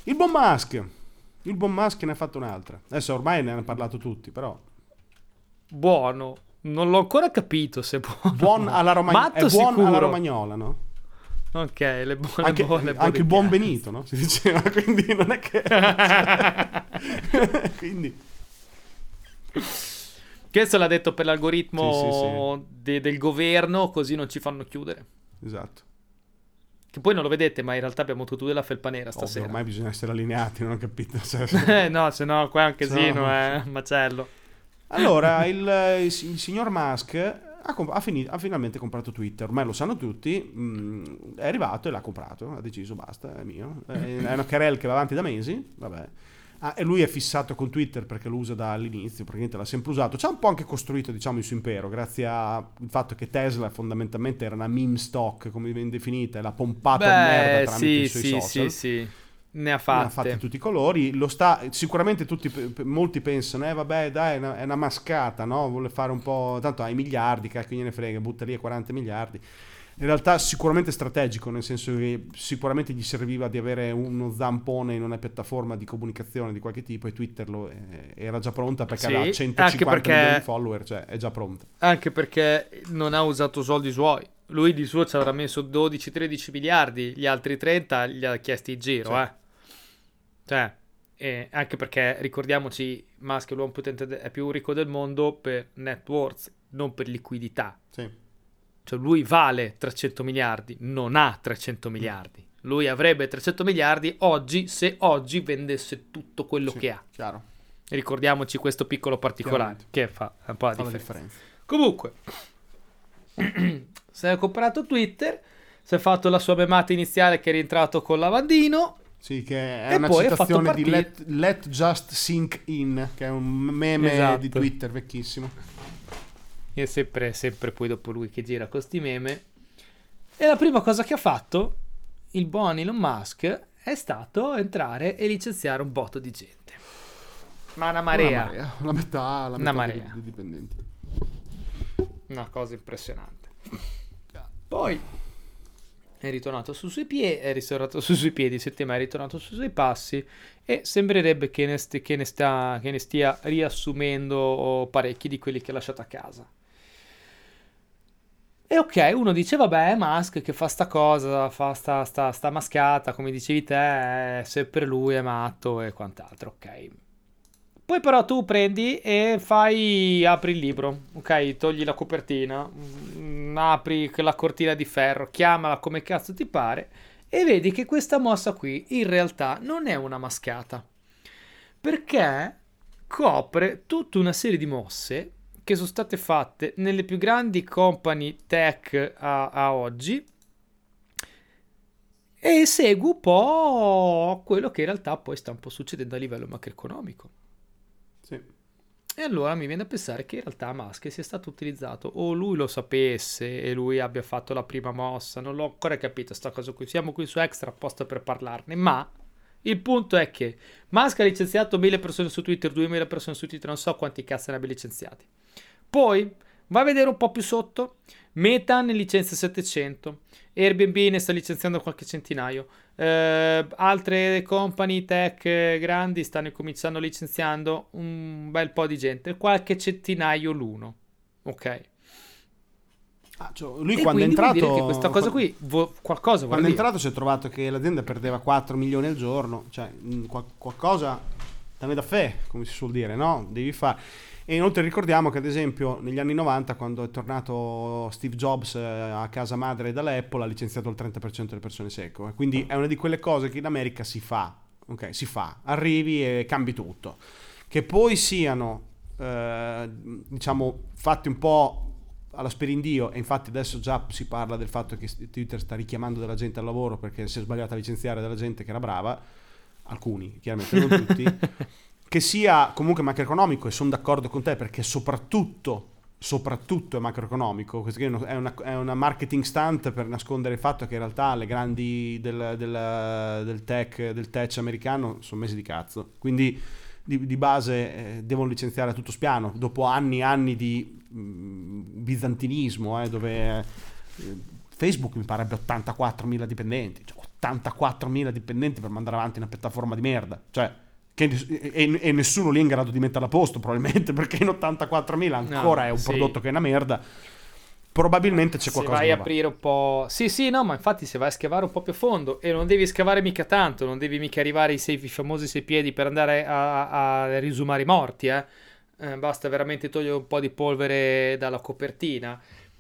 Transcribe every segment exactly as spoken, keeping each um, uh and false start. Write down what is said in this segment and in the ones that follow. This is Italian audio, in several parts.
Il buon Musk. Il buon Musk ne ha fatto un'altra. Adesso ormai ne hanno parlato tutti, però. Buono. Non l'ho ancora capito se è buono. Buon alla Romagnola. È buon sicuro. alla Romagnola, no? Ok, le buone Anche, buone, buone anche il buon piante. Benito, no? Si diceva, quindi non è che... quindi... Questo l'ha detto per l'algoritmo Sì, sì, de- del governo, così non ci fanno chiudere. Esatto. Che poi non lo vedete, ma in realtà abbiamo tutto della felpa nera Ovvio, stasera. ormai bisogna essere allineati, non ho capito. Cioè, Eh, no, se no qua è un casino, No. è un macello. allora, il, il signor Musk ha, comp- ha, finito, ha finalmente comprato Twitter. Ormai lo sanno tutti. mh, è arrivato e l'ha comprato. Ha deciso, basta, è mio. È, è una querela che va avanti da mesi. Vabbè. Ah, e lui è fissato con Twitter perché lo usa dall'inizio, praticamente l'ha sempre usato. C'ha un po' anche costruito, diciamo, il suo impero, grazie al fatto che Tesla fondamentalmente era una meme stock, come viene definita, e l'ha pompata in merda Beh, tramite sì, i suoi sì, social. sì, sì. Ne ha Ne ha fatte. fatti tutti i colori. Lo sta, sicuramente tutti, molti pensano, eh vabbè, dai, è una, è una mascata, no? Vuole fare un po', tanto ha i miliardi, che gliene frega, butta lì a quaranta miliardi. In realtà sicuramente strategico, nel senso che sicuramente gli serviva di avere uno zampone in una piattaforma di comunicazione di qualche tipo, e Twitter lo, eh, era già pronta perché Sì, aveva anche centocinquanta perché- milioni di follower, cioè è già pronta. Anche perché non ha usato soldi suoi. Lui di suo ci avrà messo dodici tredici miliardi, gli altri trenta li ha chiesti in giro, Sì. eh. Cioè, eh, anche perché ricordiamoci, Musk è l'uomo potente, de- è più ricco del mondo per net worth, non per liquidità. Sì. Cioè lui vale trecento miliardi, non ha trecento miliardi. Lui avrebbe trecento miliardi oggi se oggi vendesse tutto quello Sì, che ha. chiaro. Ricordiamoci questo piccolo particolare Chiaramente. che fa un po' la Fa la differenza. differenza. Comunque, se ha comprato Twitter, si è fatto la sua memata iniziale che è rientrato col lavandino. Sì, che è E una poi ha fatto citazione di partire- let, let Just Sink In, che è un meme Esatto. di Twitter vecchissimo. E sempre, sempre poi dopo lui che gira con sti meme. E la prima cosa che ha fatto il buon Elon Musk è stato entrare e licenziare un botto di gente. Ma una marea. Una marea, la metà, la Una metà marea. dei, dei dipendenti. Una cosa impressionante. Poi è ritornato sui suoi piedi, è ritornato sui suoi piedi, settimana è ritornato sui suoi passi e sembrerebbe che ne, sti- che ne sta, che ne stia riassumendo parecchi di quelli che ha lasciato a casa. E ok, uno dice vabbè, Musk che fa sta cosa, fa sta, sta, sta mascata, come dicevi te, se per lui è matto e quant'altro, ok. Poi però tu prendi e fai, apri il libro, ok, togli la copertina, mm, apri la cortina di ferro, chiamala come cazzo ti pare e vedi che questa mossa qui in realtà non è una mascata, perché copre tutta una serie di mosse che sono state fatte nelle più grandi company tech a, a oggi e segue un po' quello che in realtà poi sta un po' succedendo a livello macroeconomico. Sì. E allora mi viene a pensare che in realtà Musk sia stato utilizzato, o lui lo sapesse e lui abbia fatto la prima mossa, non l'ho ancora capito sta cosa qui, siamo qui su Extra apposta per parlarne, ma il punto è che Musk ha licenziato mille persone su Twitter, duemila persone su Twitter, non so quanti cazzo ne abbia licenziati. Poi va a vedere un po' più sotto, Meta ne licenzia settecento, Airbnb ne sta licenziando qualche centinaio, eh, altre company tech eh, grandi stanno cominciando licenziando un bel po' di gente, qualche centinaio l'uno, ok? Ah, cioè, lui E quando è quindi vuol dire entrato, che questa cosa qui vo- qualcosa vuol quando è dire. entrato si è trovato che l'azienda perdeva quattro milioni al giorno, cioè mh, qual- qualcosa te ne da fe, come si suol dire, no? Devi fare. E inoltre ricordiamo che ad esempio negli anni novanta, quando è tornato Steve Jobs eh, a casa madre dall'Apple, ha licenziato il trenta per cento delle persone secco, quindi è una di quelle cose che in America si fa, ok? Si fa, arrivi e cambi tutto. Che poi siano eh, diciamo fatti un po' alla sperindio, e infatti adesso già si parla del fatto che Twitter sta richiamando della gente al lavoro perché si è sbagliata a licenziare della gente che era brava, alcuni, chiaramente non tutti, che sia comunque macroeconomico, e sono d'accordo con te perché soprattutto soprattutto è macroeconomico, questo è una, è una marketing stunt per nascondere il fatto che in realtà le grandi del, del, del tech del tech americano sono mesi di cazzo, quindi di, di base eh, devono licenziare a tutto spiano dopo anni e anni di mh, bizantinismo eh, dove eh, Facebook mi pare abbia ottantaquattromila dipendenti, cioè ottantaquattromila dipendenti per mandare avanti una piattaforma di merda, cioè che, e, e nessuno lì è in grado di metterla a posto probabilmente, perché in ottantaquattromila ancora no, è un sì. prodotto che è una merda. Probabilmente c'è qualcosa. Se vai a aprire un po'. Sì, sì, no, ma infatti se vai a scavare un po' più a fondo, e non devi scavare mica tanto, non devi mica arrivare ai, sei, i famosi sei piedi per andare a, a, a risumare i morti, eh. Eh, basta veramente togliere un po' di polvere dalla copertina.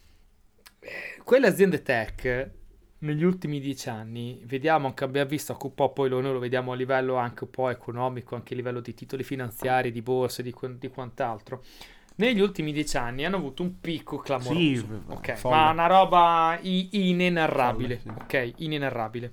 Eh, quelle aziende tech negli ultimi dieci anni, vediamo anche, abbiamo visto un po', poi lo, noi lo vediamo a livello anche un po' economico, anche a livello di titoli finanziari, di borse, di, di quant'altro. Negli ultimi dieci anni hanno avuto un picco clamoroso, sì, okay, ma una roba i- inenarrabile, folle, sì. ok, inenarrabile.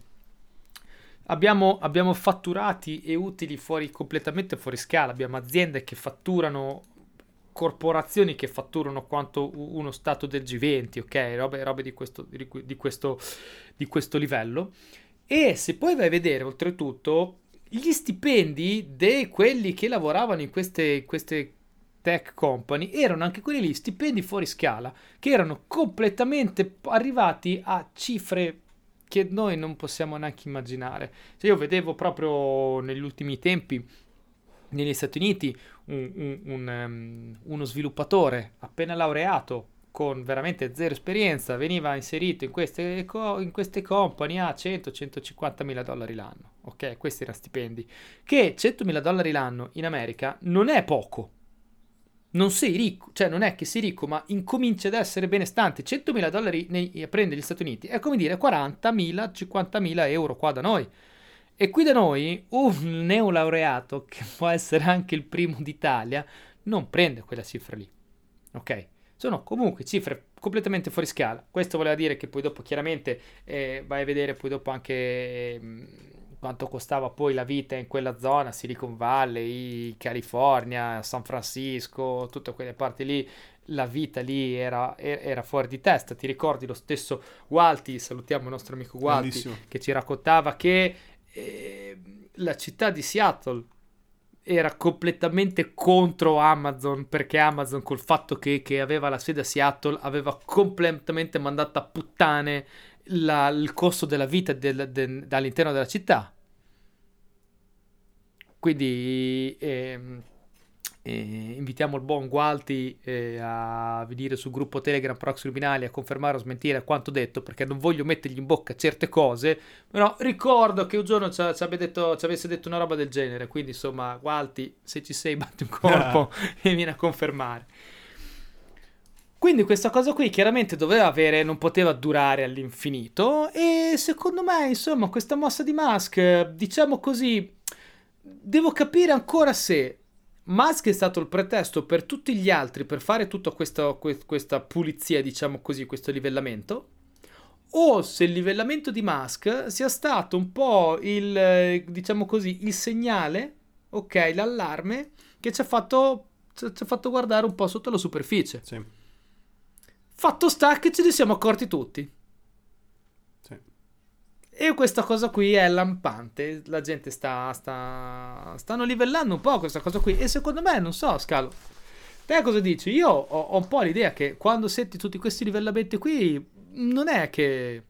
Abbiamo, abbiamo fatturati e utili fuori, completamente fuori scala. Abbiamo aziende che fatturano, corporazioni che fatturano quanto uno stato del G venti, ok, robe, robe di questo, di, di questo, di questo livello. E se poi vai a vedere, oltretutto, gli stipendi di quelli che lavoravano in queste, queste tech company erano anche quelli lì, stipendi fuori scala, che erano completamente arrivati a cifre che noi non possiamo neanche immaginare. Cioè io vedevo proprio negli ultimi tempi negli Stati Uniti un, un, un, um, uno sviluppatore appena laureato con veramente zero esperienza veniva inserito in queste, in queste company a cento centocinquanta mila dollari l'anno. Ok, questi erano stipendi. Che centomila dollari l'anno in America non è poco. Non sei ricco, cioè non è che sei ricco, ma incominci ad essere benestante. centomila dollari nei, a prendere gli Stati Uniti è come dire quarantamila, cinquantamila euro qua da noi. E qui da noi un neolaureato, che può essere anche il primo d'Italia, non prende quella cifra lì. Ok? Sono comunque cifre completamente fuori scala. Questo voleva dire che poi dopo chiaramente eh, vai a vedere poi dopo anche eh, quanto costava poi la vita in quella zona, Silicon Valley, California, San Francisco, tutte quelle parti lì. La vita lì era, era fuori di testa. Ti ricordi lo stesso Gualti, salutiamo il nostro amico Gualti, bellissimo, che ci raccontava che eh, la città di Seattle era completamente contro Amazon, perché Amazon col fatto che, che aveva la sede a Seattle aveva completamente mandato a puttane la, il costo della vita del, del, all'interno della città. Quindi ehm, eh, invitiamo il buon Gualti eh, a venire sul gruppo Telegram Proxy Luminali a confermare o smentire quanto detto, perché non voglio mettergli in bocca certe cose, però ricordo che un giorno ci, ci, detto, ci avesse detto una roba del genere. Quindi insomma, Gualti, se ci sei, batti un colpo e vieni a confermare. Quindi questa cosa qui chiaramente doveva avere, non poteva durare all'infinito, e secondo me insomma questa mossa di Musk, diciamo così, devo capire ancora se Musk è stato il pretesto per tutti gli altri per fare tutta questa, questa pulizia, diciamo così, questo livellamento, o se il livellamento di Musk sia stato un po' il, diciamo così, il segnale, ok, l'allarme che ci ha fatto, ci ha fatto guardare un po' sotto la superficie. Sì. Fatto sta che ce ne siamo accorti tutti. Sì. E questa cosa qui è lampante. La gente sta, sta stanno livellando un po' questa cosa qui. E secondo me, non so, Scalo, te cosa dici? Io ho, ho un po' l'idea che quando senti tutti questi livellamenti qui, non è che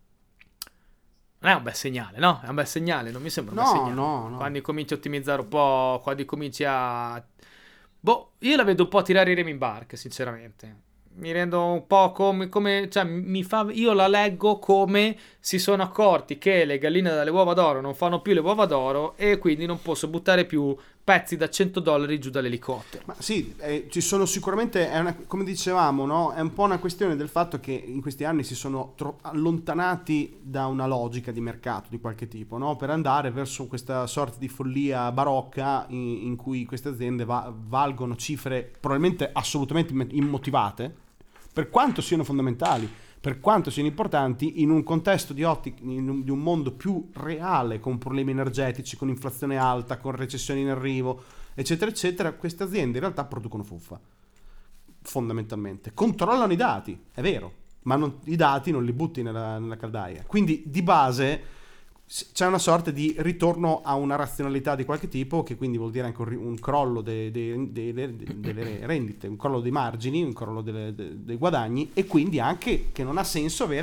non è un bel segnale, no? È un bel segnale, non mi sembra un no, bel segnale. No, no. Quando cominci a ottimizzare un po', quando cominci a... Boh, io la vedo un po' a tirare i remi in barca, sinceramente. Mi rendo un po' come, come cioè mi fa, io la leggo come si sono accorti che le galline dalle uova d'oro non fanno più le uova d'oro e quindi non posso buttare più pezzi da cento dollari giù dall'elicottero. Ma sì, eh, ci sono sicuramente, è una, come dicevamo, no? È un po' una questione del fatto che in questi anni si sono tro- allontanati da una logica di mercato di qualche tipo, no? Per andare verso questa sorta di follia barocca in, in cui queste aziende va- valgono cifre probabilmente assolutamente immotivate, per quanto siano fondamentali, per quanto siano importanti in un contesto di, ottic- in un, di un mondo più reale, con problemi energetici, con inflazione alta, con recessioni in arrivo, eccetera, eccetera. Queste aziende in realtà producono fuffa, fondamentalmente. Controllano i dati, è vero, ma non, i dati non li butti nella, nella caldaia. Quindi di base c'è una sorta di ritorno a una razionalità di qualche tipo, che quindi vuol dire anche un, un crollo de, de, de, de, de, delle rendite, un crollo dei margini, un crollo delle, de, dei guadagni, e quindi anche che non ha senso avere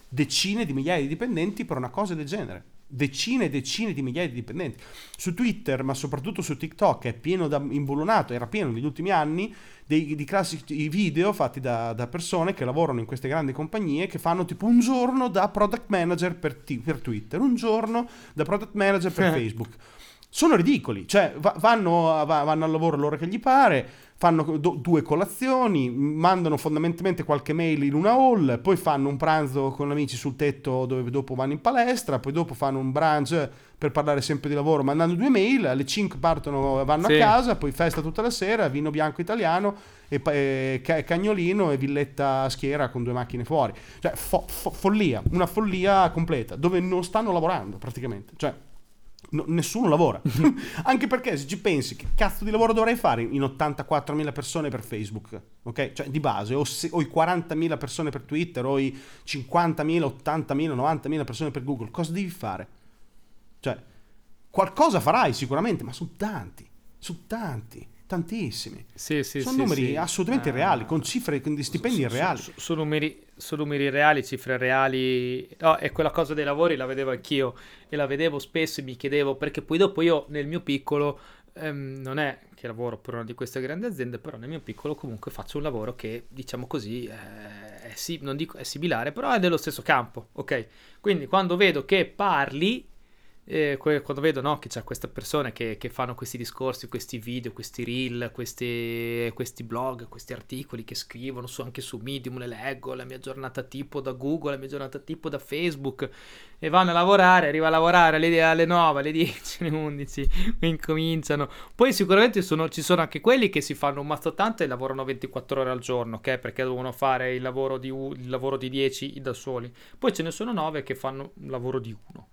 decine di migliaia di dipendenti per una cosa del genere. Decine e decine di migliaia di dipendenti. Su Twitter, ma soprattutto su TikTok, è pieno da imbullonato, era pieno negli ultimi anni dei, di classici video fatti da, da persone che lavorano in queste grandi compagnie, che fanno tipo un giorno da product manager per, t- per Twitter, un giorno da product manager per Facebook. Sono ridicoli, cioè va- vanno, va- vanno al lavoro l'ora che gli pare, fanno do- due colazioni, mandano fondamentalmente qualche mail in una hall, poi fanno un pranzo con amici sul tetto dove dopo vanno in palestra, poi dopo fanno un brunch per parlare sempre di lavoro mandando due mail, alle cinque partono, vanno Sì. a casa, poi festa tutta la sera, vino bianco italiano e, pa- e ca- cagnolino e villetta a schiera con due macchine fuori. Cioè fo- fo- follia, una follia completa, dove non stanno lavorando praticamente, cioè no, nessuno lavora. Anche perché se ci pensi, che cazzo di lavoro dovrei fare in ottantaquattromila persone per Facebook, ok? Cioè di base, o, se, o i quarantamila persone per Twitter, o i cinquantamila, ottantamila, novantamila persone per Google, cosa devi fare? Cioè qualcosa farai sicuramente, ma sono tanti, sono tanti, tantissimi. Sì, sì, Sono sì, numeri sì. assolutamente Eh, irreali, con cifre, con di stipendi su- irreali. su- su- Sono numeri, sono numeri reali, cifre reali. No, e quella cosa dei lavori la vedevo anch'io e la vedevo spesso e mi chiedevo, perché poi dopo io nel mio piccolo, ehm, non è che lavoro per una di queste grandi aziende, però nel mio piccolo comunque faccio un lavoro che, diciamo così, eh, è, sì, non dico è similare, però è dello stesso campo, ok? Quindi quando vedo che parli, eh, que- quando vedo, no, che c'è queste persone che, che fanno questi discorsi, questi video, questi reel, questi, questi blog, questi articoli che scrivono su, anche su Medium, le leggo, la mia giornata tipo da Google, la mia giornata tipo da Facebook, e vanno a lavorare, arriva a lavorare alle, alle nove, alle dieci, alle undici, incominciano. Poi sicuramente sono- ci sono anche quelli che si fanno un mazzo tanto e lavorano ventiquattro ore al giorno, ok? Perché devono fare il lavoro di, u- il lavoro di dieci da soli. Poi ce ne sono nove che fanno un lavoro di uno.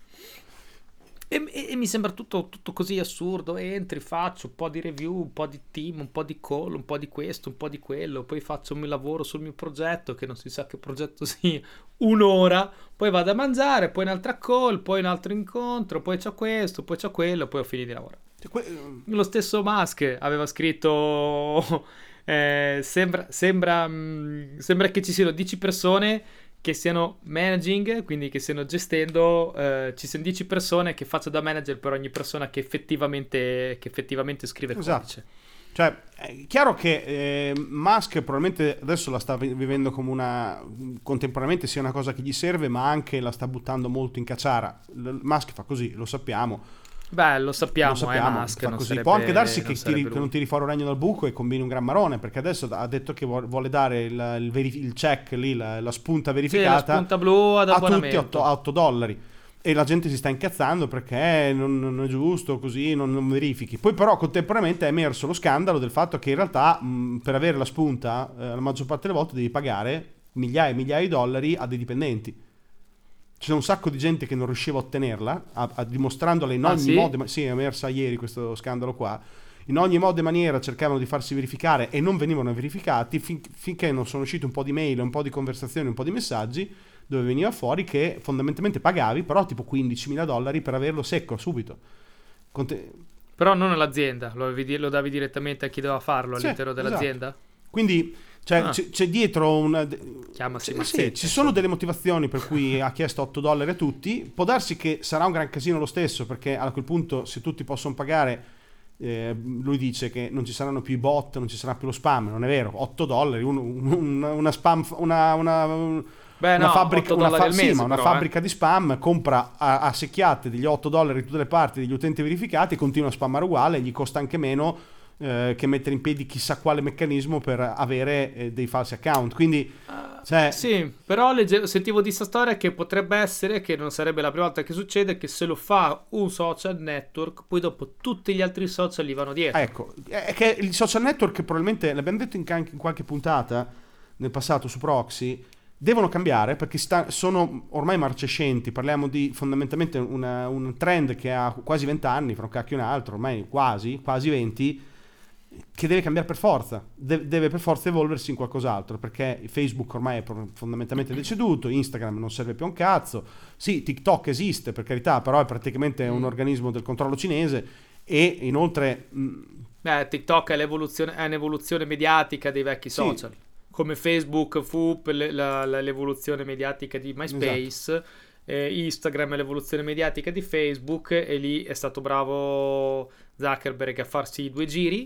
E, e- e mi sembra tutto, tutto così assurdo. Entri, faccio un po' di review, un po' di team, un po' di call, un po' di questo, un po' di quello. Poi faccio il mio lavoro sul mio progetto, che non si sa che progetto sia, un'ora. Poi vado a mangiare, poi un'altra call, poi un altro incontro, poi c'ho questo, poi c'ho quello, poi ho finito di lavorare. Cioè, que- Lo stesso Musk aveva scritto eh, sembra, sembra, mh, sembra che ci siano dieci persone che stiano managing, quindi che stiano gestendo, eh, ci sono dieci persone che faccio da manager per ogni persona che effettivamente, che effettivamente scrive Esatto. codice. Cioè, è chiaro che eh, Musk probabilmente adesso la sta vi- vivendo come una, contemporaneamente sia una cosa che gli serve, ma anche la sta buttando molto in cacciara. L- Musk fa così, lo sappiamo. Beh, lo sappiamo, Lo sappiamo, eh, Musk fa non così. sarebbe, Può anche darsi non che, sarebbe tiri, che lui. non tiri fuori un ragno dal buco e combini un gran marone, perché adesso ha detto che vuole, vuole dare il, il, veri- il check lì, la, la spunta Sì, la verificata spunta blu ad a tutti abbonamento. a otto dollari. E la gente si sta incazzando perché non, non è giusto così, non, non verifichi. Poi però contemporaneamente è emerso lo scandalo del fatto che in realtà mh, per avere la spunta eh, la maggior parte delle volte devi pagare migliaia e migliaia di dollari a dei dipendenti. C'è un sacco di gente che non riusciva a ottenerla, a, a dimostrandola in Ah, ogni sì? modo. Ma, sì, è emersa ieri questo scandalo qua. In ogni modo e maniera cercavano di farsi verificare e non venivano verificati fin- finché non sono usciti un po' di mail, un po' di conversazioni, un po' di messaggi dove veniva fuori che fondamentalmente pagavi però tipo quindicimila dollari per averlo secco subito. Conte- Però non all'azienda, lo, avevi di- lo davi direttamente a chi doveva farlo Sì, all'interno dell'azienda? Quindi cioè, Ah. c'è, c'è dietro una... Chiamasi Sì, Mazzetta, sì, ci sono delle motivazioni per cui ha chiesto otto dollari a tutti. Può darsi che sarà un gran casino lo stesso, perché a quel punto se tutti possono pagare, eh, lui dice che non ci saranno più i bot, non ci sarà più lo spam. Non è vero, otto dollari, un- un- una spam, una, una, Beh, una no, fabbrica, otto una, dollari fa- al sì, mese, ma una però, eh. fabbrica di spam compra a, a secchiate degli otto dollari di tutte le parti degli utenti verificati, continua a spammare uguale, gli costa anche meno eh, che mettere in piedi chissà quale meccanismo per avere eh, dei falsi account. Quindi cioè, Sì, però legge- sentivo di sta storia che potrebbe essere, che non sarebbe la prima volta che succede, che se lo fa un social network, poi dopo tutti gli altri social gli vanno dietro. ecco, è che il social network probabilmente, l'abbiamo detto in, can- in qualche puntata nel passato su Proxy, devono cambiare perché sta- sono ormai marcescenti. Parliamo di fondamentalmente una- un trend che ha quasi venti anni, fra un cacchio e un altro, ormai quasi, quasi venti, che deve cambiare per forza, De- deve per forza evolversi in qualcos'altro, perché Facebook ormai è pro- fondamentalmente deceduto, Instagram non serve più a un cazzo, sì, TikTok esiste per carità, però è praticamente un Mm. organismo del controllo cinese e inoltre mh, Beh, TikTok è l'evoluzione, è un'evoluzione mediatica dei vecchi sì, social. come Facebook fu per le- la- la- l'evoluzione mediatica di MySpace, Esatto. eh, Instagram è l'evoluzione mediatica di Facebook, e lì è stato bravo Zuckerberg a farsi due giri,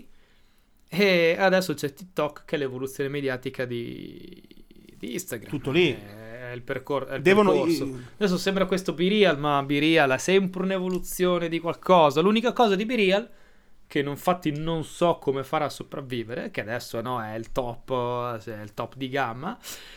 e adesso c'è TikTok che è l'evoluzione mediatica di, di Instagram. Tutto lì. È il, percor- è il Devono- percorso. Adesso sembra questo BeReal, ma BeReal è sempre un'evoluzione di qualcosa. L'unica cosa di BeReal, che non- infatti non so come farà a sopravvivere, che adesso no, è il top, è il top di gamma,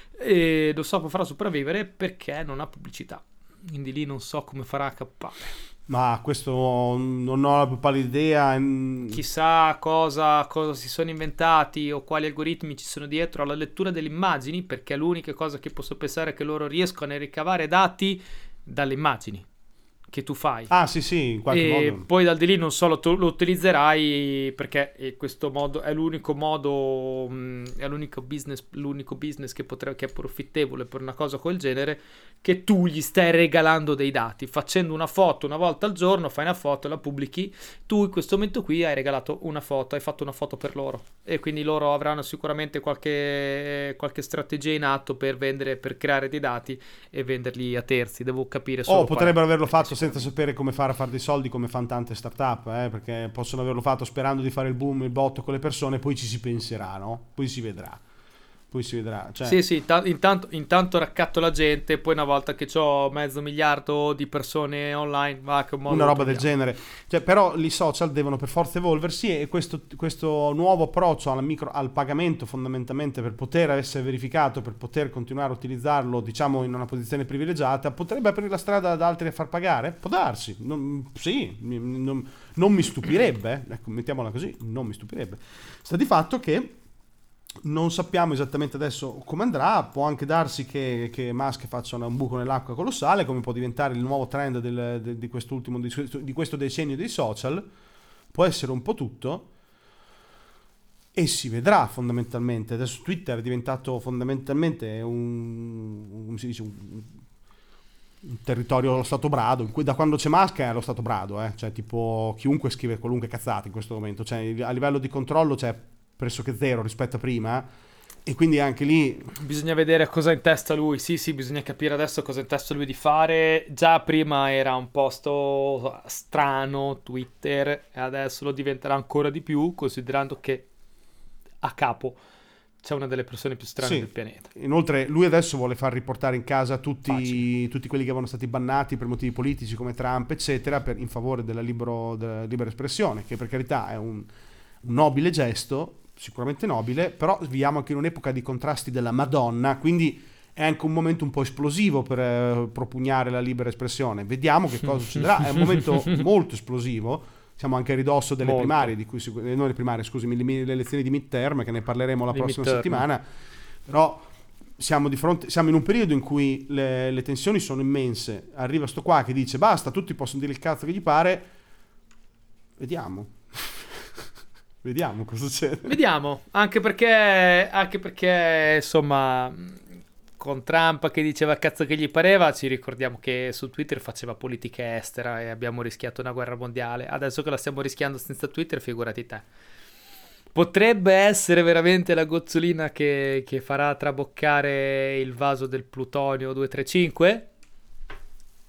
e non so come farà a sopravvivere perché non ha pubblicità. Quindi lì non so come farà a cappare. Ma questo non ho la più pallida idea. mm, Chissà cosa, cosa si sono inventati o quali algoritmi ci sono dietro alla lettura delle immagini, perché l'unica cosa che posso pensare è che loro riescono a ricavare dati dalle immagini che tu fai. Ah, sì, sì, in qualche E modo. poi dal di lì non solo tu lo utilizzerai, perché è questo modo è l'unico modo, mh, è l'unico business, l'unico business che potrebbe, che è profittevole per una cosa quel genere, che tu gli stai regalando dei dati, facendo una foto una volta al giorno, fai una foto e la pubblichi. Tu in questo momento qui hai regalato una foto, hai fatto una foto per loro, e quindi loro avranno sicuramente qualche, qualche strategia in atto per vendere, per creare dei dati e venderli a terzi. Devo capire solo O qual è. potrebbero averlo fatto Perché senza sapere come fare a fare dei soldi, come fanno tante start-up, eh, perché possono averlo fatto sperando di fare il boom, il botto con le persone, poi ci si penserà, no? Poi si vedrà. Poi si vedrà. Cioè, Sì, sì, ta- intanto, intanto raccatto la gente, poi una volta che ho mezzo miliardo di persone online, va che modo una lo roba del troviamo. genere. Cioè, però i social devono per forza evolversi, e questo, questo nuovo approccio al, micro, al pagamento, fondamentalmente, per poter essere verificato, per poter continuare a utilizzarlo, diciamo, in una posizione privilegiata, potrebbe aprire la strada ad altri a far pagare? Può darsi. Non, sì, mi- non, non mi stupirebbe, eh. Ecco, mettiamola così, non mi stupirebbe. Sta di fatto che non sappiamo esattamente adesso come andrà. Può anche darsi che, che Musk faccia un buco nell'acqua colossale, come può diventare il nuovo trend del- de- di quest'ultimo di questo di questo decennio dei social. Può essere un po' tutto, e si vedrà fondamentalmente. Adesso Twitter è diventato fondamentalmente un, come si dice, un, un territorio allo stato brado, in cui da quando c'è Musk è allo stato brado, eh? Cioè tipo chiunque scrive qualunque cazzata in questo momento, cioè a livello di controllo c'è pressoché zero rispetto a prima, e quindi anche lì Bisogna vedere cosa ha in testa lui. Sì, sì, bisogna capire adesso cosa ha in testa lui di fare. Già prima era un posto strano Twitter, e adesso lo diventerà ancora di più, considerando che a capo c'è una delle persone più strane sì. del pianeta. Inoltre lui adesso vuole far riportare in casa tutti, Facile. tutti quelli che avevano stati bannati per motivi politici come Trump eccetera, per, in favore della, libero, della libera espressione, che per carità è un, un nobile gesto, sicuramente nobile, però viviamo anche in un'epoca di contrasti della Madonna, quindi è anche un momento un po' esplosivo per eh, propugnare la libera espressione. Vediamo che cosa succederà. È un momento molto esplosivo. Siamo anche a ridosso delle Molto. primarie, di cui si- eh, non le primarie, scusami, le, le elezioni di midterm, che ne parleremo la Di prossima midterm. settimana. Però siamo di fronte, siamo in un periodo in cui le, le tensioni sono immense. Arriva sto qua che dice basta, tutti possono dire il cazzo che gli pare. Vediamo. Vediamo cosa succede. Vediamo, anche perché, anche perché, insomma, con Trump che diceva cazzo che gli pareva, ci ricordiamo che su Twitter faceva politica estera e abbiamo rischiato una guerra mondiale. Adesso che la stiamo rischiando senza Twitter, figurati te. Potrebbe essere veramente la gozzolina che, che farà traboccare il vaso del plutonio duecentotrentacinque?